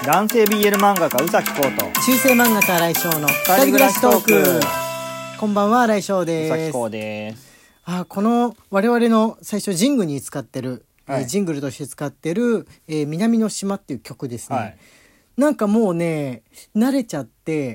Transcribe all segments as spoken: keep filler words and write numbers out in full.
男性 ビーエル 漫画家宇崎浩と中世漫画家新井翔の二人暮らしトーク。こんばんは、新井翔です。 宇崎浩です。 あ、この我々の最初ジングルに使ってる、 はいえージングルとして使ってる、えー南の島っていう曲ですね、 はい、 なんかもうね慣れちゃって、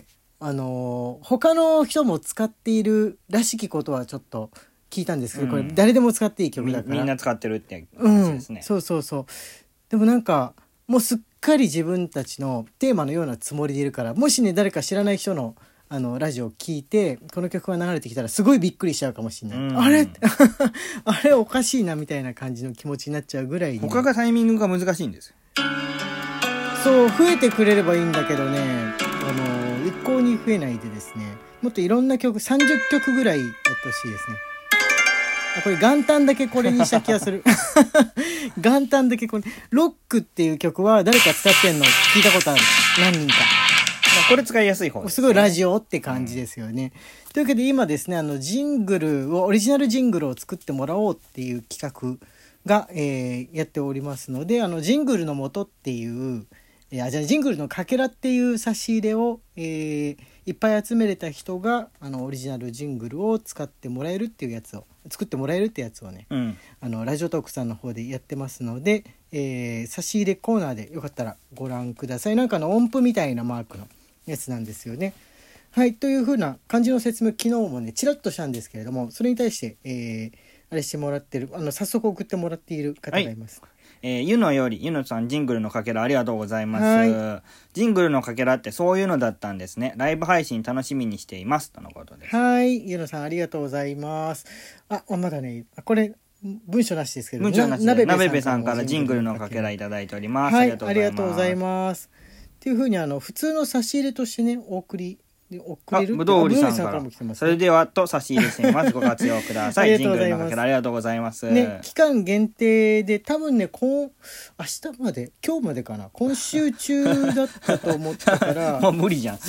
あのー他の人も使っているらしきことはちょっと聞いたんですけど、 うん、 これ誰でも使っていい曲だからみ, みんな使ってるって話ですね、 うん、そうそうそう。でもなんかもうすっかり自分たちのテーマのようなつもりでいるから、もしね誰か知らない人のあのラジオを聞いてこの曲が流れてきたらすごいびっくりしちゃうかもしれない、うん、あれあれおかしいなみたいな感じの気持ちになっちゃうぐらいに、 他がタイミングが難しいんですよ。 そう増えてくれればいいんだけどね、あの一向に増えないでですね、もっといろんな曲さんじゅっきょくぐらいやってほしいですね。これ元旦だけこれにした気がする元旦だけこれロックっていう曲は誰か使ってんの聞いたことある、何人か。 これ使いやすい方ですね。 すごいラジオって感じですよね、うん、というわけで今ですね、あのジングルをオリジナルジングルを作ってもらおうっていう企画が、えー、やっておりますので、あのジングルの元っていう、えー、あじゃあジングルのかけらっていう差し入れを、えー、いっぱい集めれた人があのオリジナルジングルを使ってもらえるっていうやつを作ってもらえるってやつをね、うん、あのラジオトークさんの方でやってますので、えー、差し入れコーナーでよかったらご覧ください。なんかの音符みたいなマークのやつなんですよね。はい、という風な感じの説明昨日もねちらっとしたんですけれども、それに対して、えー、あれしてもらってる、あの早速送ってもらっている方がいます。はい、 えー、ゆのよりゆのさん、ジングルのかけらありがとうございます。はい、ジングルのかけらってそういうのだったんですね。ライブ配信楽しみにしていますとのことです。 はい、ゆのさんありがとうございます。あ、まだねこれ文章なしですけど、 文章なしでなべべさんからジングルのかけらいただいております。 はい、ありがとうございます。っていう風にあの普通の差し入れとしてねお送り送れる。 ぶどう売りさんから、ね、それではと差し入れしています。ご活用ください。ジングルのかけらありがとうございます。 ね、期間限定で多分ね、こう明日まで今日までかな、今週中だったと思ったからもう無理じゃん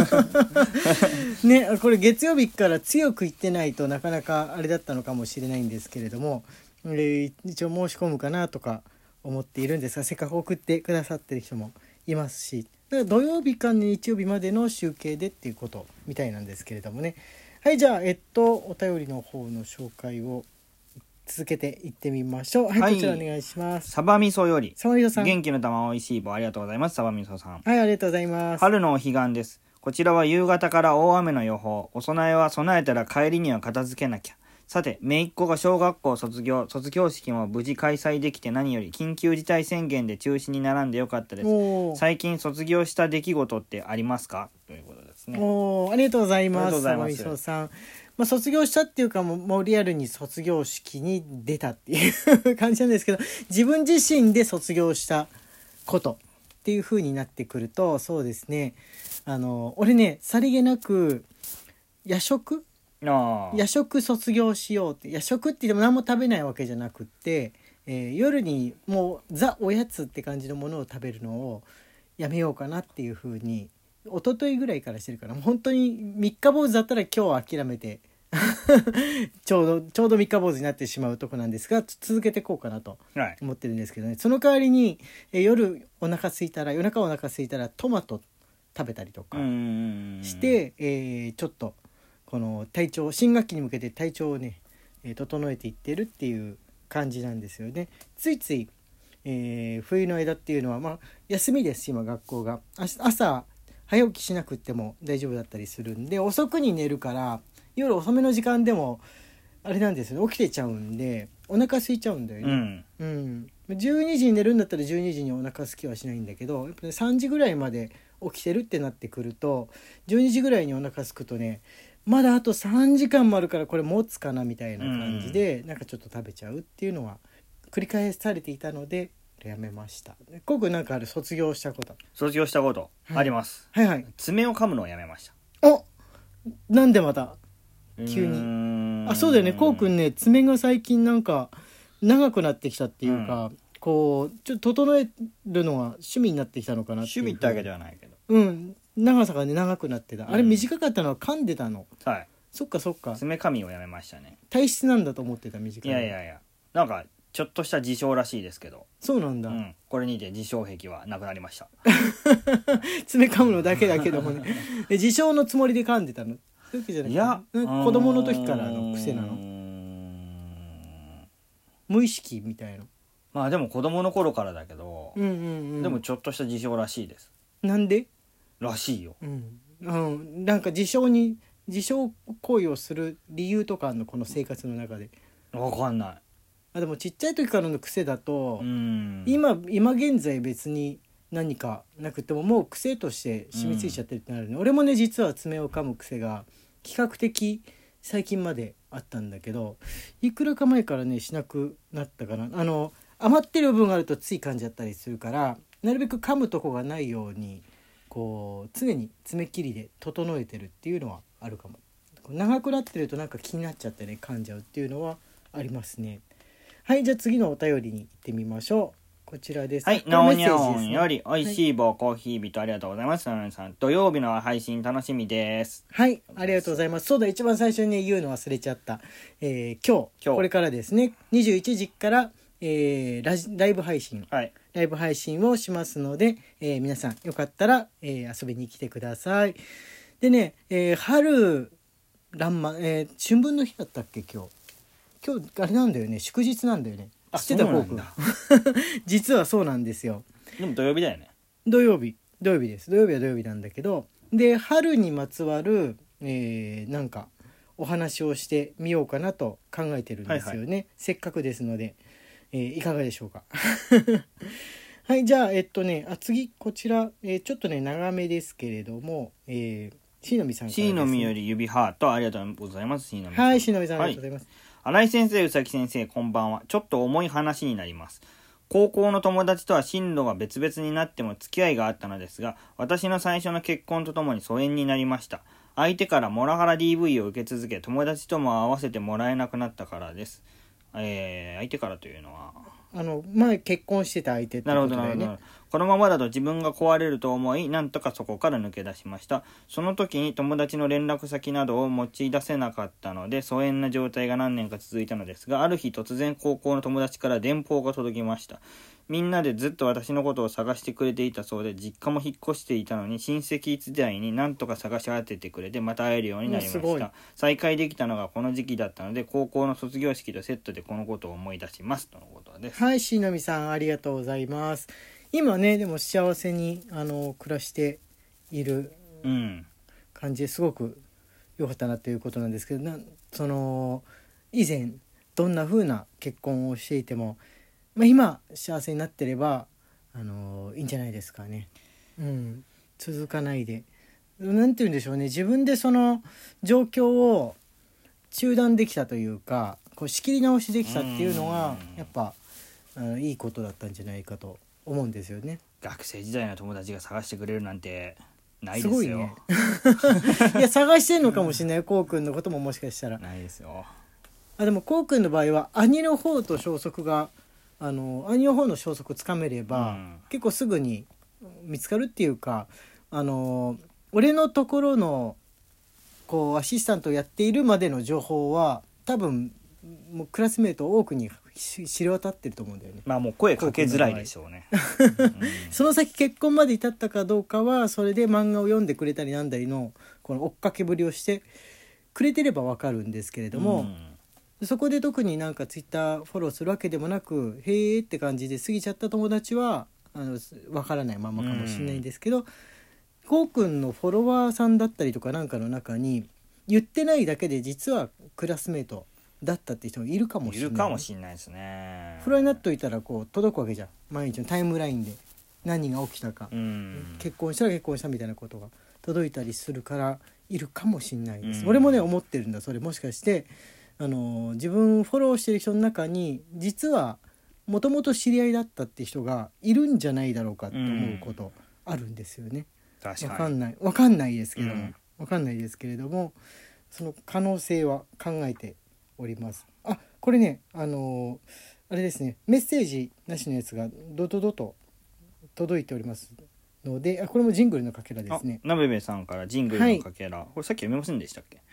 ね、これ月曜日から強く言ってないとなかなかあれだったのかもしれないんですけれども、えー、一応申し込むかなとか思っているんですが、せっかく送ってくださってる人もいますし、だから土曜日から日曜日までの集計でっていうことみたいなんですけれどもね。はい、じゃあえっとお便りの方の紹介を続けていってみましょう。はい、はい、こちらお願いします。 サバ味噌よりサバ味噌さん、 元気の玉おいしい棒ありがとうございます。サバ味噌さん、 はい、ありがとうございます。 春のお彼岸です。こちらは夕方から大雨の予報。お供えは備えたら帰りには片付けなきゃ。さて、姪っ子が小学校卒業、卒業式も無事開催できて何より緊急事態宣言で中止に並んでよかったです。最近卒業した出来事ってありますかということですね。 お、ありがとうございます。サバ味噌さん、まあ、卒業したっていうかもう、もうリアルに卒業式に出たっていう感じなんですけど、自分自身で卒業したことっていう風になってくると、そうですね、あの俺ねさりげなく夜食あ夜食卒業しようって、夜食って言っても何も食べないわけじゃなくって、えー、夜にもうザおやつって感じのものを食べるのをやめようかなっていう風に一昨日ぐらいからしてるから、本当に三日坊主だったら今日諦めてちょうどちょうど三日坊主になってしまうとこなんですが、続けていこうかなと思ってるんですけどね、はい、その代わりに、えー、夜お腹空いたら夜中お腹空いたらトマト食べたりとかして、えー、ちょっとこの体調、新学期に向けて体調をね、えー、整えていってるっていう感じなんですよね。ついつい、えー、冬の間っていうのは、まあ、休みです今学校が。朝早起きしなくっても大丈夫だったりするんで、遅くに寝るから夜遅めの時間でもあれなんですよね、起きてちゃうんでお腹空いちゃうんだよね、うんうん、じゅうにじに寝るんだったらじゅうにじにお腹空きはしないんだけど、やっぱ、ね、さんじぐらいまで起きてるってなってくるとじゅうにじぐらいにお腹空くとね、まだあとさんじかんもあるからこれ持つかなみたいな感じで、うん、なんかちょっと食べちゃうっていうのは繰り返されていたのでやめました。コウ君なんかある？卒業したこと。 卒業したこと、はい、あります。 はいはい。 爪を噛むのをやめました。 お、なんでまた急に。あ、そうだよね。コウ君ね、爪が最近なんか長くなってきたっていうか、うん、こうちょっと整えるのが趣味になってきたのかなっていう。 趣味ってわけではないけど。 うん。長さがね長くなってた、うん、あれ短かったのは噛んでたの。 はい。 そっかそっか。 爪噛みをやめましたね。 体質なんだと思ってた。短い。 いやいやいや、なんかちょっとした自傷らしいですけど、 そうなんだ、 うん、これにて自傷癖はなくなりました。 爪噛むのだけだけどもねえ自傷のつもりで噛んでたの？そういうわけじゃなくて、 いや子供の時からの癖なの？無意識みたいな。 まあでも子供の頃からだけど、 うんうんうん、 でもちょっとした自傷らしいです。 なんで？ らしいよ。 うん、うん、なんか自傷に自傷行為をする理由とかあるの、この生活の中で？ わかんない。 あでもちっちゃい時からの癖だと、 うん、 今今現在別に何かなくてももう癖として染みついちゃってるってなるね、うん、俺もね実は爪を噛む癖が比較的最近まであったんだけど、いくらか前からねしなくなったかな。あの余ってる部分があるとつい噛んじゃったりするから、なるべく噛むとこがないようにこう常に爪切りで整えてるっていうのはあるかも。長くなってるとなんか気になっちゃってね噛んじゃうっていうのはありますね。はい、じゃあ次のお便りに行ってみましょう。こちらです。 はい、なおにゃおんよりおいしい棒コーヒー人ありがとうございます。ななさん、土曜日の配信楽しみです。 はい、ありがとうございます。そうだ、一番最初に、ね、言うの忘れちゃった、えー、今日今日これからですねにじゅういちじから、えー、ラジライブ配信、はい、ライブ配信をしますので、えー、皆さんよかったら、えー、遊びに来てください。でね、えー、春らんま、えー、春分の日だったっけ今日今日あれなんだよね、祝日なんだよね。知ってた？こうくん実はそうなんですよ。 でも土曜日だよね。 土曜日土曜日です。土曜日は土曜日なんだけど、で春にまつわる、えー、なんかお話をしてみようかなと考えてるんですよね、はいはい、せっかくですので、えー、いかがでしょうかはい、じゃあえっとねあ次こちら、えー、ちょっとね長めですけれども、えー、しのみさんからです、ね、 しのみより指ハートありがとうございます。しのみさん、 はいしのみさんありがとうございます、 はい、新井先生、うさき先生、こんばんは。ちょっと重い話になります。高校の友達とは進路が別々になっても付き合いがあったのですが、私の最初の結婚とともに疎遠になりました。相手からモラハラ ディーブイ を受け続け、友達とも会わせてもらえなくなったからです。えー、相手からというのはあの前結婚してた相手ってことだよね。なるほどなるほど。 このままだと自分が壊れると思い、なんとかそこから抜け出しました。その時に友達の連絡先などを持ち出せなかったので、疎遠な状態が何年か続いたのですが、ある日突然高校の友達から電報が届きました。みんなでずっと私のことを探してくれていたそうで、実家も引っ越していたのに親戚時代になんとか探し当ててくれて、また会えるようになりました。再会できたのがこの時期だったので、高校の卒業式とセットでこのことを思い出しますとのことです。 はい、しのみさんありがとうございます。今ねでも幸せにあの暮らしている感じですごく良かったなということなんですけど、なその以前どんな風な結婚をしていても、まあ、今幸せになってればあのいいんじゃないですかね、うん、続かないでなんて言うんでしょうね、自分でその状況を中断できたというかこう仕切り直しできたっていうのがやっぱあのいいことだったんじゃないかと思うんですよね。 学生時代の友達が探してくれるなんてないですよ。すごいねいや探してんのかもしれない、こうくんのことももしかしたらないですよ。 あでもこうくんの場合は兄の方と消息があの兄の方の消息つかめれば、うん、結構すぐに見つかるっていうか、あの俺のところのこうアシスタントをやっているまでの情報は多分もうクラスメート多くに知れ渡ってると思うんだよね。 まあもう声かけづらいでしょうね、うん、 その先結婚まで至ったかどうかはそれで漫画を読んでくれたりなんだりのこの追っかけぶりをしてくれてれば分かるんですけれども、うん、そこで特になんかツイッターフォローするわけでもなくへーって感じで過ぎちゃった友達はあの分からないままかもしれないんですけど、こうくんのフォロワーさんだったりとかなんかの中に言ってないだけで実はクラスメートだったって人もいるかもしれない。 いるかもしれないですね。 フライになっといたらこう届くわけじゃん、毎日のタイムラインで何が起きたか、うん、結婚したら結婚したみたいなことが届いたりするからいるかもしれないです、うん、俺もね思ってるんだ。それもしかしてあの自分フォローしてる人の中に実はもともと知り合いだったって人がいるんじゃないだろうかって思うことあるんですよね、うん、確かに分かんない分かんないですけども、うん、分かんないですけれどもその可能性は考えております。あ、これね、あのー、あれですね、メッセージなしのやつがドドドと届いておりますので、あ、これもジングルのかけらですね。 なべべさんからジングルのかけら、はい、これさっき読めませんでしたっけ？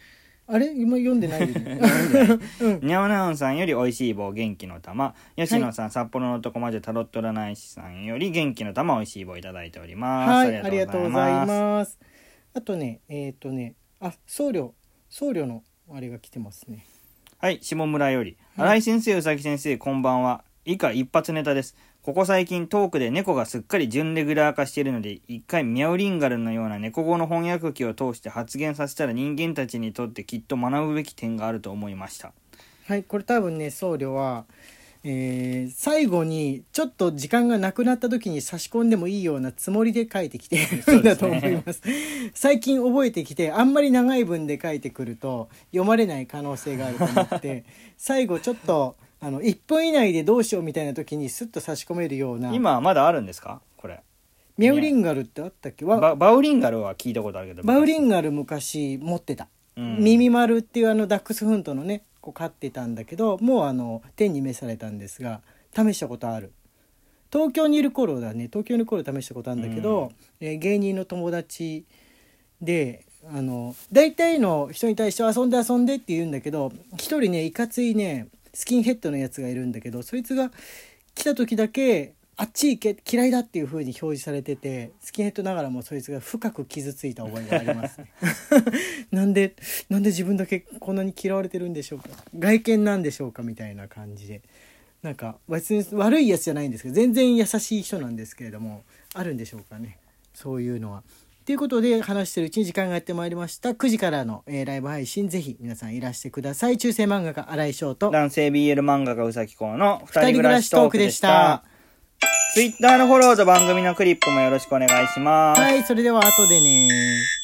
あれ今読んでないよねうん、 にゃおなおんさんよりおいしい棒元気の玉、吉野さん、はい、札幌の男魔女タロット占い師さんより元気の玉おいしい棒いただいております。 はい、ありがとうございます。あとねえっ、ー、とねあ僧侶僧侶のあれが来てますね。 はい、下村より、はい、新井先生、宇崎先生こんばんは。以下一発ネタです。ここ最近トークで猫がすっかり準レギュラー化しているので、一回ミャオリンガルのような猫語の翻訳機を通して発言させたら人間たちにとってきっと学ぶべき点があると思いました。 はい、これ多分ね僧侶は、えー、最後にちょっと時間がなくなった時に差し込んでもいいようなつもりで書いてきてるんだと思います。最近覚えてきてあんまり長い文で書いてくると読まれない可能性があると思って最後ちょっとあのいっぷん以内でどうしようみたいな時にスッと差し込めるような。 今まだあるんですかこれ。 ミャウリンガルってあったっけ。 バ, バウリンガルは聞いたことあるけど、 バウリンガル昔持ってた、うん、耳丸っていうあのダックスフントのねこう飼ってたんだけど、もうあの天に召されたんですが試したことある。東京にいる頃だね東京にいる頃試したことあるんだけど、うんえー、芸人の友達であの大体の人に対して遊んで遊んでって言うんだけど、一人ねいかついねスキンヘッドのやつがいるんだけど、そいつが来た時だけあっち行け嫌いだっていう風に表示されてて、スキンヘッドながらもそいつが深く傷ついた覚えがありますねなんでなんで自分だけこんなに嫌われてるんでしょうか、外見なんでしょうかみたいな感じで、なんか別に悪いやつじゃないんですけど全然優しい人なんですけれども、あるんでしょうかねそういうのは。ということで話してるうちに時間がやってまいりました。くじからの、えー、ライブ配信ぜひ皆さんいらしてください。中世漫画家新井翔と男性 ビーエル 漫画家宇崎公のふたり暮らしトークでした。ツイッターのフォローと番組のクリップもよろしくお願いします。 はい、それでは後でね。